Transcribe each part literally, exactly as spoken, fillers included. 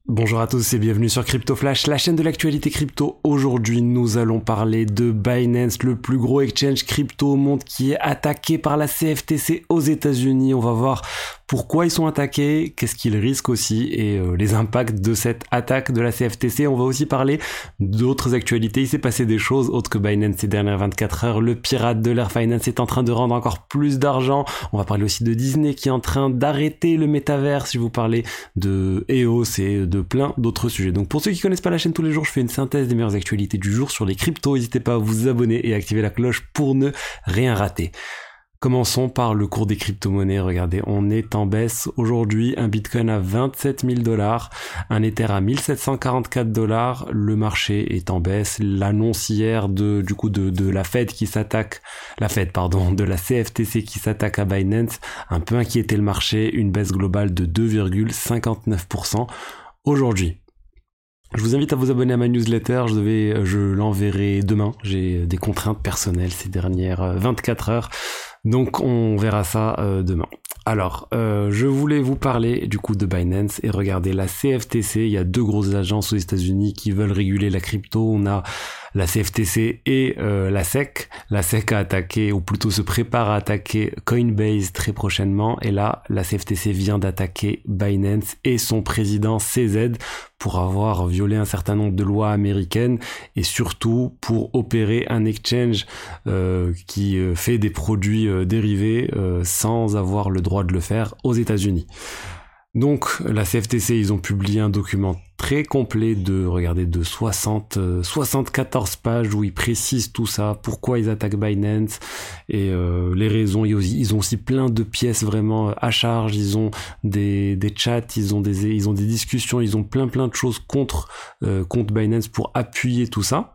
Bonjour à tous et bienvenue sur Crypto Flash, la chaîne de l'actualité crypto. Aujourd'hui, nous allons parler de Binance, le plus gros exchange crypto au monde qui est attaqué par la C F T C aux États-Unis. On va voir pourquoi ils sont attaqués, qu'est-ce qu'ils risquent aussi et euh, les impacts de cette attaque de la C F T C. On va aussi parler d'autres actualités. Il s'est passé des choses autres que Binance ces dernières vingt-quatre heures. Le pirate de l'Air Finance est en train de rendre encore plus d'argent. On va parler aussi de Disney qui est en train d'arrêter le métavers. Si vous parlez de E O S et de plein d'autres sujets. Donc pour ceux qui connaissent pas la chaîne tous les jours, je fais une synthèse des meilleures actualités du jour sur les cryptos. N'hésitez pas à vous abonner et activer la cloche pour ne rien rater. Commençons par le cours des crypto-monnaies. Regardez, on est en baisse aujourd'hui. Un Bitcoin à vingt-sept mille dollars, un Ether à mille sept cent quarante-quatre dollars. Le marché est en baisse. L'annonce hier de, du coup, de, de la Fed qui s'attaque, la Fed, pardon, de la C F T C qui s'attaque à Binance, un peu inquiété le marché. Une baisse globale de deux virgule cinquante-neuf pour cent aujourd'hui. Je vous invite à vous abonner à ma newsletter, je devais, je l'enverrai demain. J'ai des contraintes personnelles ces dernières vingt-quatre heures. Donc on verra ça euh, demain. Alors, euh, je voulais vous parler du coup de Binance et regardez la C F T C. Il y a deux grosses agences aux États-Unis qui veulent réguler la crypto. On a la C F T C et euh, la S E C. La S E C a attaqué, ou plutôt se prépare à attaquer Coinbase très prochainement. Et là, la C F T C vient d'attaquer Binance et son président C Z pour avoir violé un certain nombre de lois américaines et surtout pour opérer un exchange euh, qui euh, fait des produits euh, dérivés euh, sans avoir le droit de le faire aux États-Unis. Donc la C F T C, ils ont publié un document très complet de, regardez, de soixante, soixante-quatorze pages où ils précisent tout ça, pourquoi ils attaquent Binance et euh, les raisons. Ils ont aussi plein de pièces vraiment à charge, ils ont des, des chats, ils ont des, ils ont des discussions, ils ont plein plein de choses contre, euh, contre Binance pour appuyer tout ça.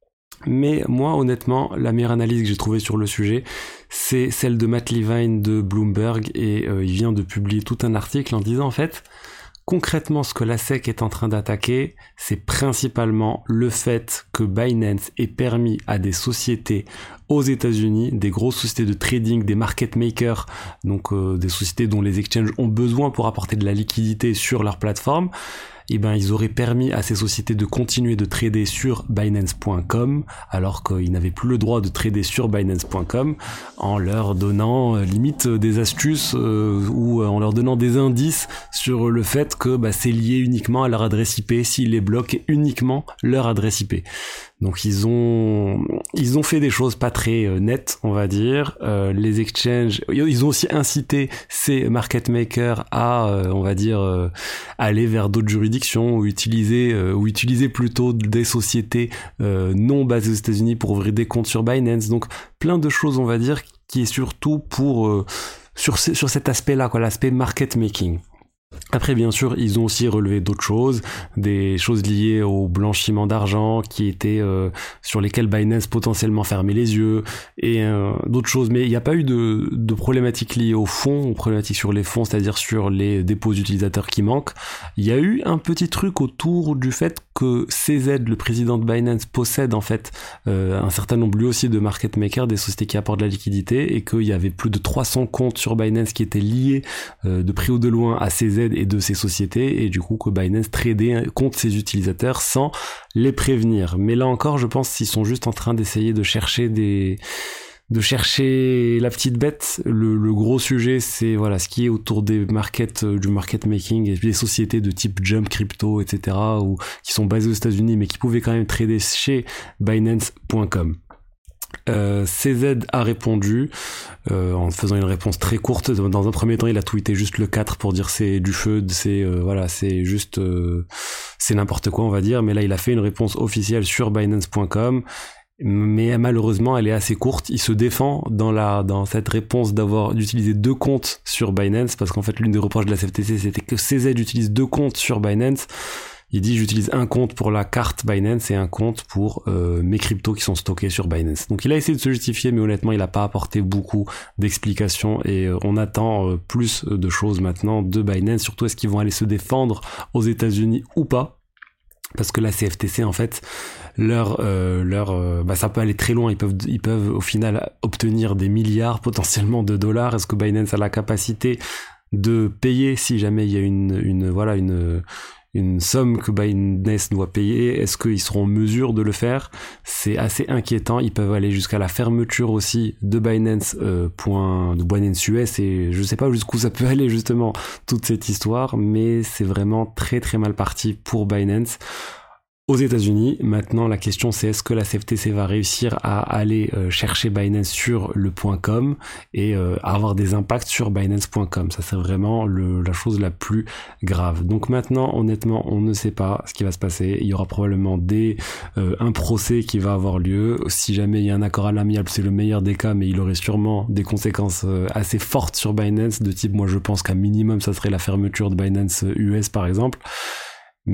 Mais moi, honnêtement, la meilleure analyse que j'ai trouvée sur le sujet, c'est celle de Matt Levine de Bloomberg et euh, il vient de publier tout un article en disant en fait, concrètement, ce que la S E C est en train d'attaquer, c'est principalement le fait que Binance ait permis à des sociétés aux États-Unis, des grosses sociétés de trading, des market makers, donc euh, des sociétés dont les exchanges ont besoin pour apporter de la liquidité sur leur plateforme, et ben ils auraient permis à ces sociétés de continuer de trader sur Binance point com alors qu'ils n'avaient plus le droit de trader sur Binance point com en leur donnant euh, limite des astuces euh, ou euh, en leur donnant des indices sur le fait que bah, c'est lié uniquement à leur adresse I P s'ils les bloquent uniquement leur adresse I P. Donc ils ont ils ont fait des choses pas très euh, nettes, on va dire. Euh, les exchanges, ils ont aussi incité ces market makers à, euh, on va dire, euh, aller vers d'autres juridictions ou utiliser euh, ou utiliser plutôt des sociétés euh, non basées aux États-Unis pour ouvrir des comptes sur Binance. Donc plein de choses, on va dire, qui est surtout pour euh, sur ce, sur cet aspect-là, quoi, l'aspect market making. Après, bien sûr, ils ont aussi relevé d'autres choses, des choses liées au blanchiment d'argent qui étaient euh, sur lesquelles Binance potentiellement fermait les yeux et euh, d'autres choses. Mais il n'y a pas eu de, de problématiques liées au fond, aux problématiques sur les fonds, c'est-à-dire sur les dépôts d'utilisateurs qui manquent. Il y a eu un petit truc autour du fait que C Z, le président de Binance, possède en fait euh, un certain nombre lui aussi de market makers, des sociétés qui apportent de la liquidité et qu'il y avait plus de trois cents comptes sur Binance qui étaient liés euh, de près ou de loin à C Z et de ces sociétés et du coup que Binance tradait contre ses utilisateurs sans les prévenir. Mais là encore, je pense qu'ils sont juste en train d'essayer de chercher des de chercher la petite bête. Le, le gros sujet, c'est voilà ce qui est autour des markets, du market making et des sociétés de type Jump Crypto, et cetera, ou qui sont basées aux États-Unis mais qui pouvaient quand même trader chez Binance point com. Euh, C Z a répondu euh, en faisant une réponse très courte. Dans un premier temps, il a tweeté juste le quatre pour dire c'est du feu, c'est euh, voilà, c'est juste euh, c'est n'importe quoi, on va dire. Mais là, il a fait une réponse officielle sur Binance point com. Mais malheureusement, elle est assez courte. Il se défend dans la dans cette réponse d'avoir d'utiliser deux comptes sur Binance parce qu'en fait, l'une des reproches de la C F T C, c'était que C Z utilise deux comptes sur Binance. Il dit j'utilise un compte pour la carte Binance et un compte pour euh, mes cryptos qui sont stockés sur Binance. Donc il a essayé de se justifier, mais honnêtement il n'a pas apporté beaucoup d'explications et euh, on attend euh, plus de choses maintenant de Binance. Surtout est-ce qu'ils vont aller se défendre aux États-Unis ou pas? Parce que la C F T C en fait leur euh, leur euh, bah ça peut aller très loin, ils peuvent ils peuvent au final obtenir des milliards potentiellement de dollars. Est-ce que Binance a la capacité de payer si jamais il y a une une voilà une une somme que Binance doit payer. Est-ce qu'ils seront en mesure de le faire? C'est assez inquiétant. Ils peuvent aller jusqu'à la fermeture aussi de Binance, euh, point, de Binance U S, et je sais pas jusqu'où ça peut aller justement toute cette histoire, mais c'est vraiment très très mal parti pour Binance. Aux États-Unis, maintenant la question c'est est-ce que la C F T C va réussir à aller euh, chercher Binance sur le .com et euh, avoir des impacts sur Binance point com. Ça c'est vraiment le, la chose la plus grave. Donc maintenant honnêtement on ne sait pas ce qui va se passer. Il y aura probablement des euh, un procès qui va avoir lieu. Si jamais il y a un accord à l'amiable, c'est le meilleur des cas, mais il aurait sûrement des conséquences euh, assez fortes sur Binance, de type moi je pense qu'à minimum ça serait la fermeture de Binance U S par exemple. Et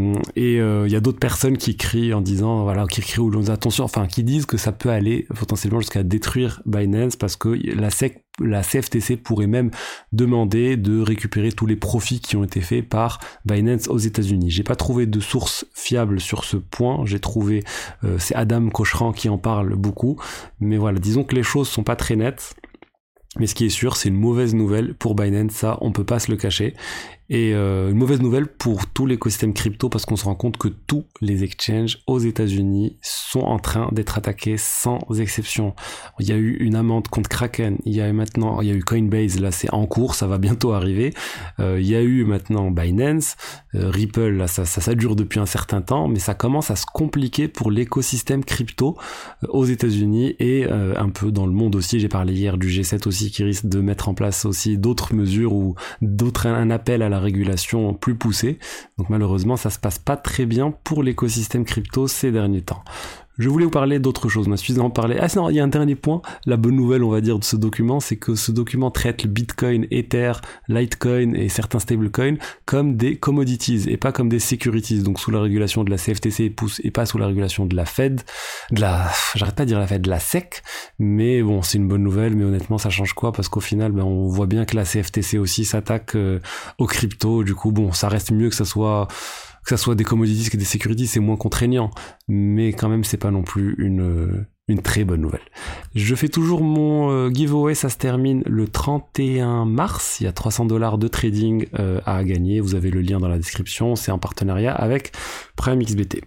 il euh, y a d'autres personnes qui crient en disant, voilà, qui crient ou disent attention, enfin, qui disent que ça peut aller potentiellement jusqu'à détruire Binance parce que la S E C, la C F T C pourrait même demander de récupérer tous les profits qui ont été faits par Binance aux États-Unis. J'ai pas trouvé de source fiable sur ce point. J'ai trouvé, euh, c'est Adam Cochran qui en parle beaucoup. Mais voilà, disons que les choses sont pas très nettes. Mais ce qui est sûr, c'est une mauvaise nouvelle pour Binance, ça, on peut pas se le cacher. Et euh, une mauvaise nouvelle pour tout l'écosystème crypto parce qu'on se rend compte que tous les exchanges aux États-Unis sont en train d'être attaqués sans exception. Il y a eu une amende contre Kraken, il y a eu maintenant, il y a eu Coinbase, là c'est en cours, ça va bientôt arriver. Euh, il y a eu maintenant Binance, euh, Ripple, là ça, ça ça dure depuis un certain temps, mais ça commence à se compliquer pour l'écosystème crypto euh, aux États-Unis et euh, un peu dans le monde aussi. J'ai parlé hier du G sept aussi qui risque de mettre en place aussi d'autres mesures ou d'autres un appel à la régulation plus poussée. Donc malheureusement, ça se passe pas très bien pour l'écosystème crypto ces derniers temps. Je voulais vous parler d'autre chose, on a suffisamment parlé. Ah non, il y a un dernier point, la bonne nouvelle on va dire de ce document, c'est que ce document traite le Bitcoin, Ether, Litecoin et certains stablecoins comme des commodities et pas comme des securities, donc sous la régulation de la C F T C et pas sous la régulation de la Fed, de la, j'arrête pas de dire la Fed, de la S E C, mais bon c'est une bonne nouvelle, mais honnêtement ça change quoi, parce qu'au final ben, on voit bien que la C F T C aussi s'attaque euh, aux cryptos, du coup bon ça reste mieux que ça soit que ça soit des commodities que des securities, c'est moins contraignant, mais quand même c'est pas non plus une une très bonne nouvelle. Je fais toujours mon euh, giveaway, ça se termine le trente et un mars, il y a trois cents dollars de trading euh, à gagner, vous avez le lien dans la description, c'est en partenariat avec Prime X B T.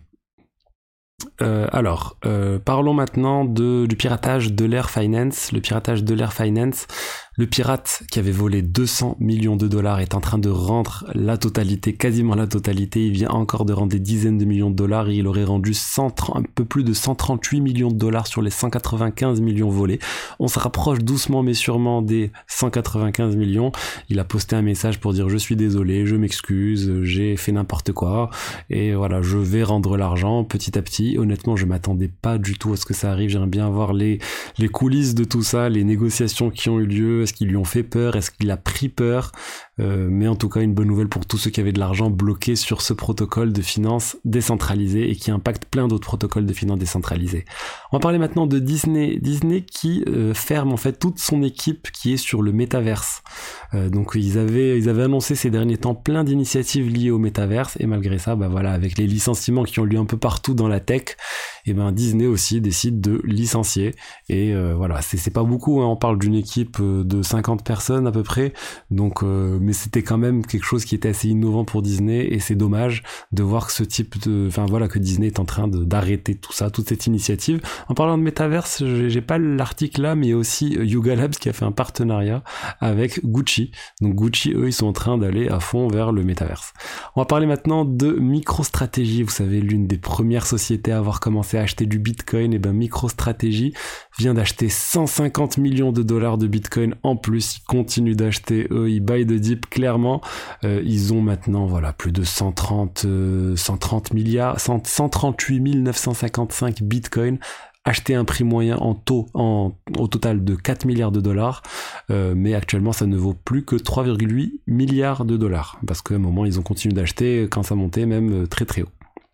Euh, alors, euh, parlons maintenant de, du piratage de l'Air Finance. Le piratage de l'Air Finance, le pirate qui avait volé deux cents millions de dollars est en train de rendre la totalité, quasiment la totalité. Il vient encore de rendre des dizaines de millions de dollars et il aurait rendu cent trente, un peu plus de cent trente-huit millions de dollars sur les cent quatre-vingt-quinze millions volés. On se rapproche doucement mais sûrement des cent quatre-vingt-quinze millions. Il a posté un message pour dire je suis désolé, je m'excuse, j'ai fait n'importe quoi et voilà, je vais rendre l'argent petit à petit. Honnêtement, je m'attendais pas du tout à ce que ça arrive. J'aimerais bien voir les, les coulisses de tout ça, les négociations qui ont eu lieu. Est-ce qu'ils lui ont fait peur? Est-ce qu'il a pris peur? euh, Mais en tout cas, une bonne nouvelle pour tous ceux qui avaient de l'argent bloqué sur ce protocole de finance décentralisé et qui impacte plein d'autres protocoles de finance décentralisés. On va parler maintenant de Disney. Disney qui euh, ferme en fait toute son équipe qui est sur le métaverse. Euh, donc ils avaient, ils avaient annoncé ces derniers temps plein d'initiatives liées au métaverse et malgré ça, bah voilà, avec les licenciements qui ont lieu un peu partout dans la tech, et ben Disney aussi décide de licencier et euh, voilà, c'est, c'est pas beaucoup, hein, on parle d'une équipe de cinquante personnes à peu près, donc euh, mais c'était quand même quelque chose qui était assez innovant pour Disney et c'est dommage de voir que ce type de, enfin voilà, que Disney est en train de, d'arrêter tout ça, toute cette initiative. En parlant de métaverse, j'ai, j'ai pas l'article là, mais il y a aussi Yuga Labs qui a fait un partenariat avec Gucci. Donc Gucci, eux, ils sont en train d'aller à fond vers le métaverse. On va parler maintenant de MicroStrategy. Vous savez, l'une des premières sociétés à avoir commencé à acheter du Bitcoin, et ben MicroStrategy vient d'acheter cent cinquante millions de dollars de Bitcoin en plus. Ils continuent d'acheter, eux, ils buy the dip clairement. Euh, ils ont maintenant, voilà, plus de cent trente, euh, cent trente milliards, cent, cent trente-huit mille neuf cent cinquante-cinq Bitcoin. Acheter un prix moyen en taux en, au total de quatre milliards de dollars, euh, mais actuellement ça ne vaut plus que trois virgule huit milliards de dollars, parce qu'à un moment ils ont continué d'acheter quand ça montait même très très haut.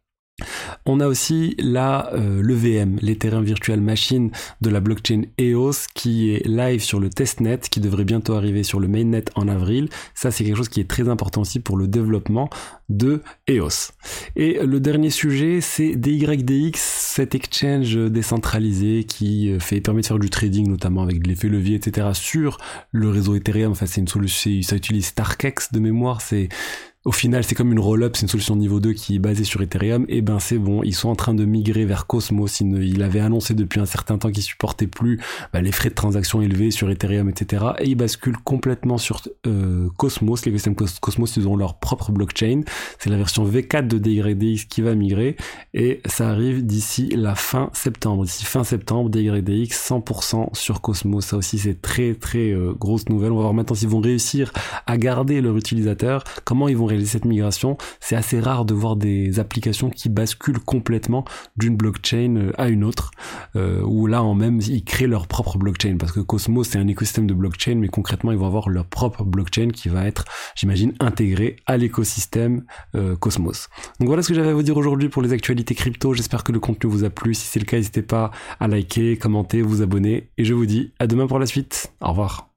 On a aussi la, euh, l'E V M, l'Ethereum Virtual Machine de la blockchain E O S qui est live sur le testnet, qui devrait bientôt arriver sur le mainnet en avril. Ça, c'est quelque chose qui est très important aussi pour le développement de E O S. Et le dernier sujet, c'est D Y D X, cet exchange décentralisé qui fait, permet de faire du trading, notamment avec de l'effet levier, et cetera sur le réseau Ethereum. Enfin, c'est une solution, ça utilise Starkex de mémoire, c'est au final c'est comme une roll-up, c'est une solution de niveau deux qui est basée sur Ethereum, et ben c'est bon, ils sont en train de migrer vers Cosmos. Il, ne, il avait annoncé depuis un certain temps qu'ils supportaient plus bah, les frais de transaction élevés sur Ethereum, et cetera. Et ils basculent complètement sur euh, Cosmos, l'écosystème Cosmos, ils ont leur propre blockchain. C'est la version V quatre de D Y D X qui va migrer, et ça arrive d'ici la fin septembre. D'ici fin septembre, D Y D X cent pour cent sur Cosmos. Ça aussi c'est très très euh, grosse nouvelle. On va voir maintenant s'ils vont réussir à garder leur utilisateur, comment ils vont réaliser cette migration. C'est assez rare de voir des applications qui basculent complètement d'une blockchain à une autre, euh, où là en même ils créent leur propre blockchain, parce que Cosmos c'est un écosystème de blockchain, mais concrètement ils vont avoir leur propre blockchain qui va être, j'imagine, intégré à l'écosystème euh, Cosmos. Donc voilà ce que j'avais à vous dire aujourd'hui pour les actualités crypto. J'espère que le contenu vous a plu. Si c'est le cas, n'hésitez pas à liker, commenter, vous abonner, et je vous dis à demain pour la suite. Au revoir.